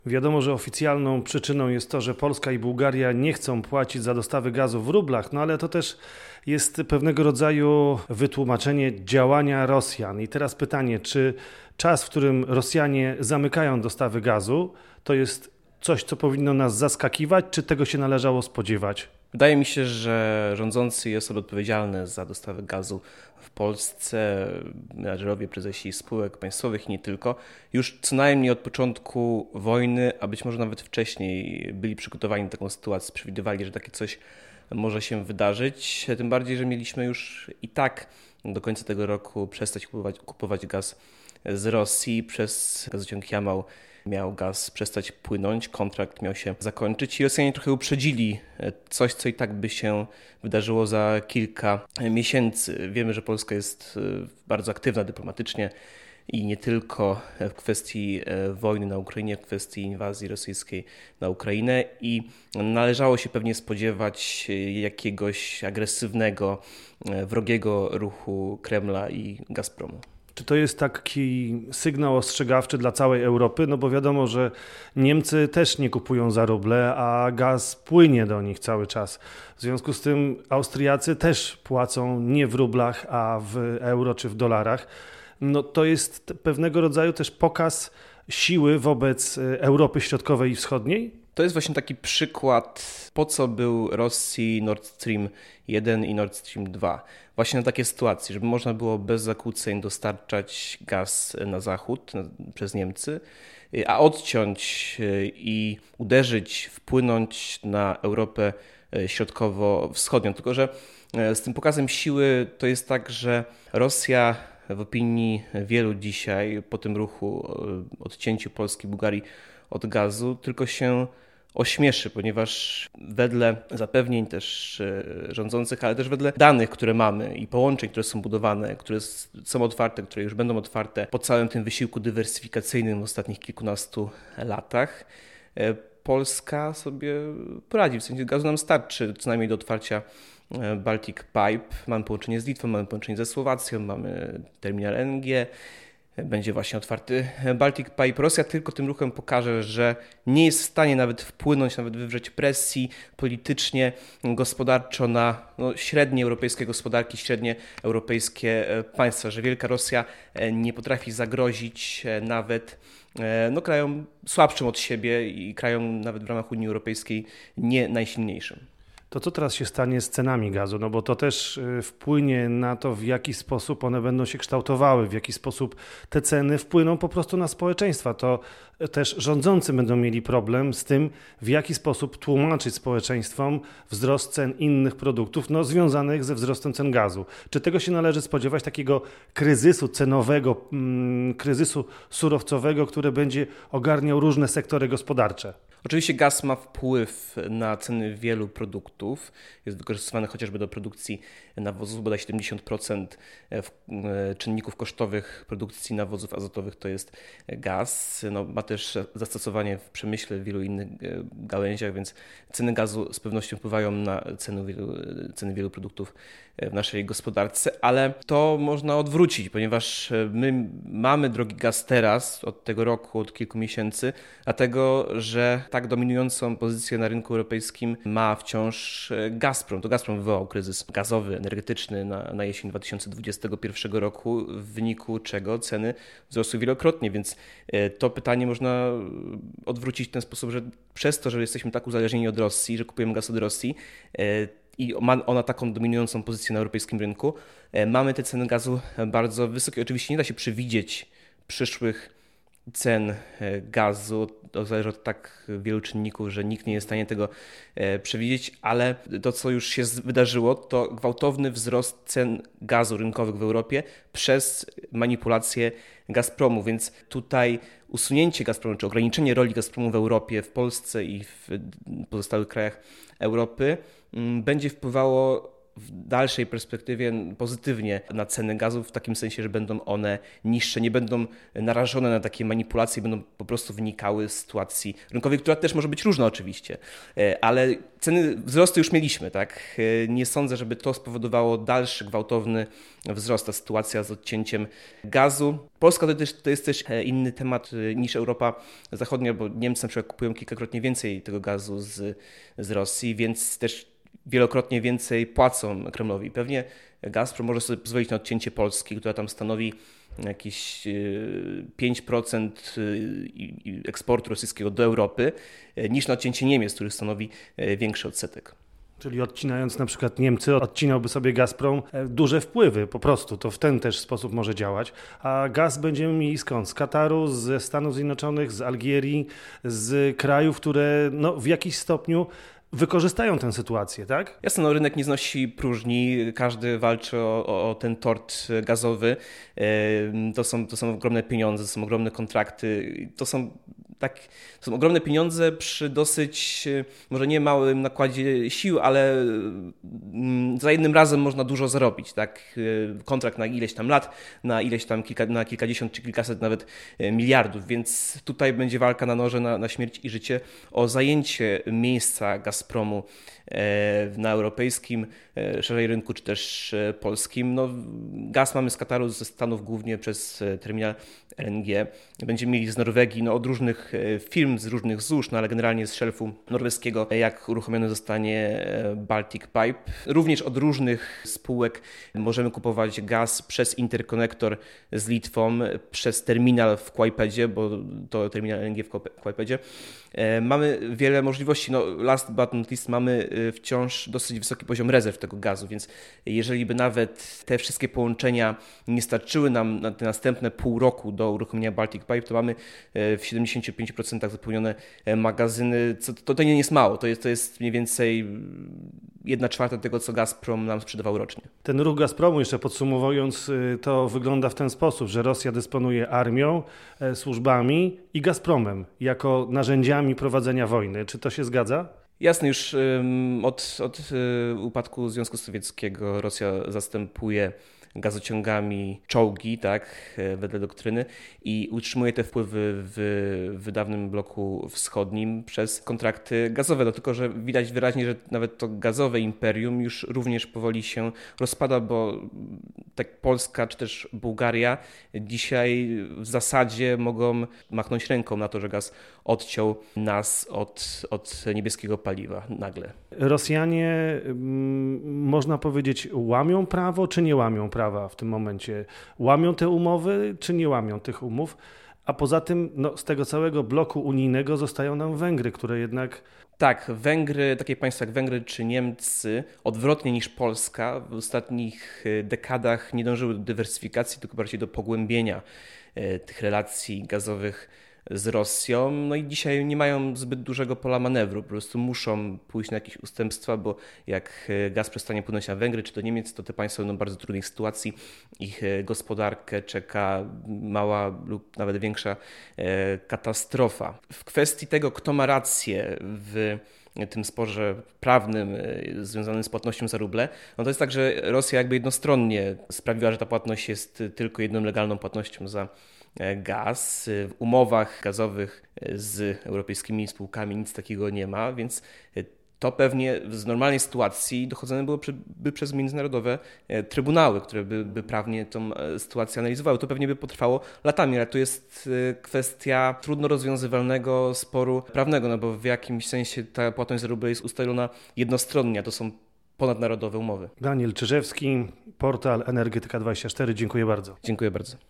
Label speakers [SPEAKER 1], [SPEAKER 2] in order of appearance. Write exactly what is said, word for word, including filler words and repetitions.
[SPEAKER 1] Wiadomo, że oficjalną przyczyną jest to, że Polska i Bułgaria nie chcą płacić za dostawy gazu w rublach, no ale to też jest pewnego rodzaju wytłumaczenie działania Rosjan. I teraz pytanie, czy czas, w którym Rosjanie zamykają dostawy gazu, to jest coś, co powinno nas zaskakiwać, czy tego się należało spodziewać?
[SPEAKER 2] Wydaje mi się, że rządzący i osoby odpowiedzialne za dostawę gazu w Polsce, menadżerowie, prezesi spółek państwowych i nie tylko, już co najmniej od początku wojny, a być może nawet wcześniej, byli przygotowani na taką sytuację, przewidywali, że takie coś może się wydarzyć. Tym bardziej, że mieliśmy już i tak do końca tego roku przestać kupować, kupować gaz z Rosji. Przez gazociąg Jamał miał gaz przestać płynąć, kontrakt miał się zakończyć i Rosjanie trochę uprzedzili coś, co i tak by się wydarzyło za kilka miesięcy. Wiemy, że Polska jest bardzo aktywna dyplomatycznie i nie tylko w kwestii wojny na Ukrainie, w kwestii inwazji rosyjskiej na Ukrainę i należało się pewnie spodziewać jakiegoś agresywnego, wrogiego ruchu Kremla i Gazpromu.
[SPEAKER 1] Czy to jest taki sygnał ostrzegawczy dla całej Europy? No bo wiadomo, że Niemcy też nie kupują za ruble, a gaz płynie do nich cały czas. W związku z tym Austriacy też płacą nie w rublach, a w euro czy w dolarach. No to jest pewnego rodzaju też pokaz siły wobec Europy Środkowej i Wschodniej?
[SPEAKER 2] To jest właśnie taki przykład, po co był Rosji Nord Stream jeden i Nord Stream dwa. Właśnie na takie sytuacje, żeby można było bez zakłóceń dostarczać gaz na zachód na, przez Niemcy, a odciąć i uderzyć, wpłynąć na Europę Środkowo-Wschodnią. Tylko że z tym pokazem siły to jest tak, że Rosja w opinii wielu dzisiaj po tym ruchu, odcięciu Polski, Bułgarii od gazu, tylko się ośmieszy, ponieważ wedle zapewnień też rządzących, ale też wedle danych, które mamy i połączeń, które są budowane, które są otwarte, które już będą otwarte po całym tym wysiłku dywersyfikacyjnym w ostatnich kilkunastu latach, Polska sobie poradzi. W sensie gazu nam starczy co najmniej do otwarcia Baltic Pipe. Mamy połączenie z Litwą, mamy połączenie ze Słowacją, mamy terminal L N G. Będzie właśnie otwarty Baltic Pipe. Rosja tylko tym ruchem pokaże, że nie jest w stanie nawet wpłynąć, nawet wywrzeć presji politycznie, gospodarczo na no, średnie europejskie gospodarki, średnie europejskie państwa, że Wielka Rosja nie potrafi zagrozić nawet no, krajom słabszym od siebie i krajom nawet w ramach Unii Europejskiej nie najsilniejszym.
[SPEAKER 1] To co teraz się stanie z cenami gazu? No bo to też wpłynie na to, w jaki sposób one będą się kształtowały, w jaki sposób te ceny wpłyną po prostu na społeczeństwa. To też rządzący będą mieli problem z tym, w jaki sposób tłumaczyć społeczeństwom wzrost cen innych produktów, no związanych ze wzrostem cen gazu. Czy tego się należy spodziewać, takiego kryzysu cenowego, mm, kryzysu surowcowego, który będzie ogarniał różne sektory gospodarcze?
[SPEAKER 2] Oczywiście gaz ma wpływ na ceny wielu produktów. Jest wykorzystywany chociażby do produkcji nawozów, bodaj siedemdziesiąt procent czynników kosztowych produkcji nawozów azotowych to jest gaz. No, ma też zastosowanie w przemyśle w wielu innych gałęziach, więc ceny gazu z pewnością wpływają na ceny wielu, ceny wielu produktów w naszej gospodarce, ale to można odwrócić, ponieważ my mamy drogi gaz teraz, od tego roku, od kilku miesięcy, dlatego, że tak dominującą pozycję na rynku europejskim ma wciąż Gazprom. To Gazprom wywołał kryzys gazowy, energetyczny na, na jesień dwa tysiące dwudziestego pierwszego roku, w wyniku czego ceny wzrosły wielokrotnie, więc to pytanie można odwrócić w ten sposób, że przez to, że jesteśmy tak uzależnieni od Rosji, że kupujemy gaz od Rosji i ma ona taką dominującą pozycję na europejskim rynku, mamy te ceny gazu bardzo wysokie. Oczywiście nie da się przewidzieć przyszłych cen gazu, to zależy od tak wielu czynników, że nikt nie jest w stanie tego przewidzieć, ale to, co już się wydarzyło, to gwałtowny wzrost cen gazu rynkowych w Europie przez manipulację Gazpromu, więc tutaj usunięcie Gazpromu, czy ograniczenie roli Gazpromu w Europie, w Polsce i w pozostałych krajach Europy będzie wpływało w dalszej perspektywie pozytywnie na ceny gazu, w takim sensie, że będą one niższe, nie będą narażone na takie manipulacje, będą po prostu wynikały z sytuacji rynkowej, która też może być różna oczywiście, ale ceny wzrosty już mieliśmy, tak? Nie sądzę, żeby to spowodowało dalszy gwałtowny wzrost, ta sytuacja z odcięciem gazu. Polska to, też, to jest też inny temat niż Europa Zachodnia, bo Niemcy na przykład kupują kilkakrotnie więcej tego gazu z, z Rosji, więc też wielokrotnie więcej płacą Kremlowi. Pewnie Gazprom może sobie pozwolić na odcięcie Polski, która tam stanowi jakieś pięć procent eksportu rosyjskiego do Europy, niż na odcięcie Niemiec, który stanowi większy odsetek.
[SPEAKER 1] Czyli odcinając na przykład Niemcy, odcinałby sobie Gazprom duże wpływy po prostu. To w ten też sposób może działać. A gaz będziemy mieli skąd? Z Kataru, ze Stanów Zjednoczonych, z Algierii, z krajów, które no, w jakiś stopniu wykorzystają tę sytuację, tak?
[SPEAKER 2] Jasne, no, rynek nie znosi próżni, każdy walczy o, o, o ten tort gazowy. To są, to są ogromne pieniądze, to są ogromne kontrakty, to są tak, to są ogromne pieniądze przy dosyć, może nie małym nakładzie sił, ale za jednym razem można dużo zarobić, tak? Kontrakt na ileś tam lat, na ileś tam kilka, na kilkadziesiąt czy kilkaset nawet miliardów, więc tutaj będzie walka na noże, na, na śmierć i życie o zajęcie miejsca Gazpromu na europejskim, szerzej rynku, czy też polskim. No, gaz mamy z Kataru, ze Stanów głównie przez terminal L N G. Będziemy mieli z Norwegii, no, od różnych firm, z różnych złóż, no, ale generalnie z szelfu norweskiego, jak uruchomiony zostanie Baltic Pipe. Również od różnych spółek możemy kupować gaz przez interkonektor z Litwą, przez terminal w Kłajpedzie, bo to terminal L N G w Kłajpedzie. Mamy wiele możliwości. No, last but not least mamy wciąż dosyć wysoki poziom rezerw tego gazu, więc jeżeli by nawet te wszystkie połączenia nie starczyły nam na te następne pół roku do uruchomienia Baltic Pipe, to mamy w siedemdziesiąt pięć procent zapełnione magazyny. Co, to, to nie jest mało, to jest, to jest mniej więcej jedna czwarta tego, co Gazprom nam sprzedawał rocznie.
[SPEAKER 1] Ten ruch Gazpromu, jeszcze podsumowując, to wygląda w ten sposób, że Rosja dysponuje armią, służbami i Gazpromem jako narzędziami prowadzenia wojny. Czy to się zgadza?
[SPEAKER 2] Jasne, już od, od upadku Związku Sowieckiego Rosja zastępuje gazociągami czołgi, tak, wedle doktryny, i utrzymuje te wpływy w, w dawnym bloku wschodnim przez kontrakty gazowe. No, tylko że widać wyraźnie, że nawet to gazowe imperium już również powoli się rozpada, bo tak Polska czy też Bułgaria dzisiaj w zasadzie mogą machnąć ręką na to, że gaz odciął nas od, od niebieskiego paliwa nagle.
[SPEAKER 1] Rosjanie, można powiedzieć, łamią prawo, czy nie łamią prawa w tym momencie? Łamią te umowy, czy nie łamią tych umów? A poza tym no, z tego całego bloku unijnego zostają nam Węgry, które jednak...
[SPEAKER 2] Tak, Węgry, takie państwa jak Węgry czy Niemcy, odwrotnie niż Polska, w ostatnich dekadach nie dążyły do dywersyfikacji, tylko bardziej do pogłębienia tych relacji gazowych z Rosją, no i dzisiaj nie mają zbyt dużego pola manewru, po prostu muszą pójść na jakieś ustępstwa, bo jak gaz przestanie płynąć na Węgry czy do Niemiec, to te państwa będą w bardzo trudnej sytuacji, ich gospodarkę czeka mała lub nawet większa katastrofa. W kwestii tego, kto ma rację w tym sporze prawnym związanym z płatnością za ruble, no to jest tak, że Rosja jakby jednostronnie sprawiła, że ta płatność jest tylko jedną legalną płatnością za gaz. W umowach gazowych z europejskimi spółkami nic takiego nie ma, więc to pewnie w normalnej sytuacji dochodzone byłoby by przez międzynarodowe trybunały, które by, by prawnie tą sytuację analizowały. To pewnie by potrwało latami, ale to jest kwestia trudno rozwiązywalnego sporu prawnego, no bo w jakimś sensie ta płatność za ruble jest ustalona jednostronnie, a to są ponadnarodowe umowy.
[SPEAKER 1] Daniel Czyżewski, portal Energetyka dwadzieścia cztery. Dziękuję bardzo.
[SPEAKER 2] Dziękuję bardzo.